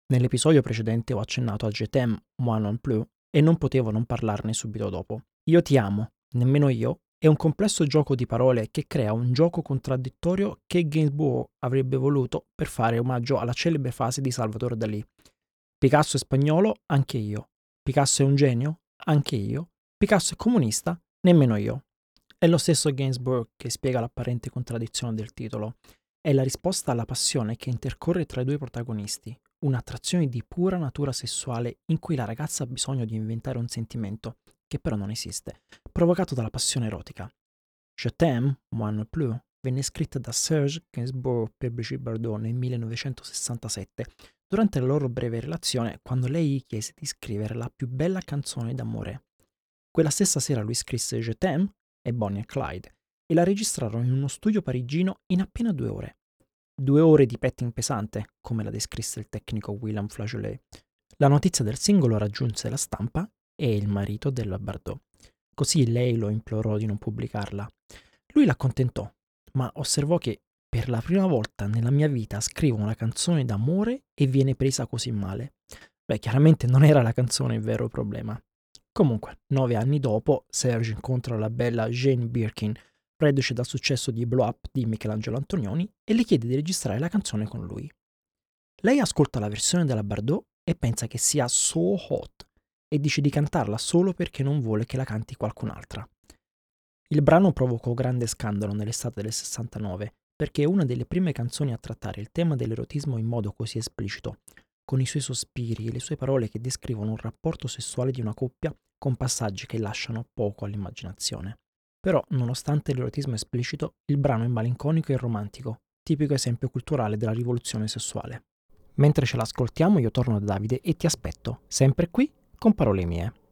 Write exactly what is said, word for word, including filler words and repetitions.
Nell'episodio precedente ho accennato a Je t'aime, moi non plus, e non potevo non parlarne subito dopo. Io ti amo, nemmeno io, è un complesso gioco di parole che crea un gioco contraddittorio che Gainsbourg avrebbe voluto per fare omaggio alla celebre frase di Salvador Dalì. Picasso è spagnolo, anche io. Picasso è un genio, anche io. Picasso è comunista, nemmeno io. È lo stesso Gainsbourg che spiega l'apparente contraddizione del titolo. È la risposta alla passione che intercorre tra i due protagonisti, un'attrazione di pura natura sessuale in cui la ragazza ha bisogno di inventare un sentimento, che però non esiste, provocato dalla passione erotica. Je t'aime, moi non plus, venne scritta da Serge Gainsbourg per Brigitte Bardot nel millenovecentosessantasette, durante la loro breve relazione, quando lei gli chiese di scrivere la più bella canzone d'amore. Quella stessa sera lui scrisse Je t'aime e Bonnie e Clyde, e la registrarono in uno studio parigino in appena due ore. Due ore di petting pesante, come la descrisse il tecnico William Flageolet. La notizia del singolo raggiunse la stampa e il marito della Bardot. Così lei lo implorò di non pubblicarla. Lui l'accontentò, ma osservò che per la prima volta nella mia vita scrivo una canzone d'amore e viene presa così male. Beh, chiaramente non era la canzone il vero problema. Comunque, nove anni dopo, Serge incontra la bella Jane Birkin, reduce dal successo di Blow Up di Michelangelo Antonioni, e le chiede di registrare la canzone con lui. Lei ascolta la versione della Bardot e pensa che sia so hot e dice di cantarla solo perché non vuole che la canti qualcun'altra. Il brano provocò grande scandalo nell'estate del sessantanove perché è una delle prime canzoni a trattare il tema dell'erotismo in modo così esplicito, con i suoi sospiri e le sue parole che descrivono un rapporto sessuale di una coppia con passaggi che lasciano poco all'immaginazione. Però, nonostante l'erotismo esplicito, il brano è malinconico e romantico, tipico esempio culturale della rivoluzione sessuale. Mentre ce l'ascoltiamo io torno da Davide e ti aspetto, sempre qui, con parole mie.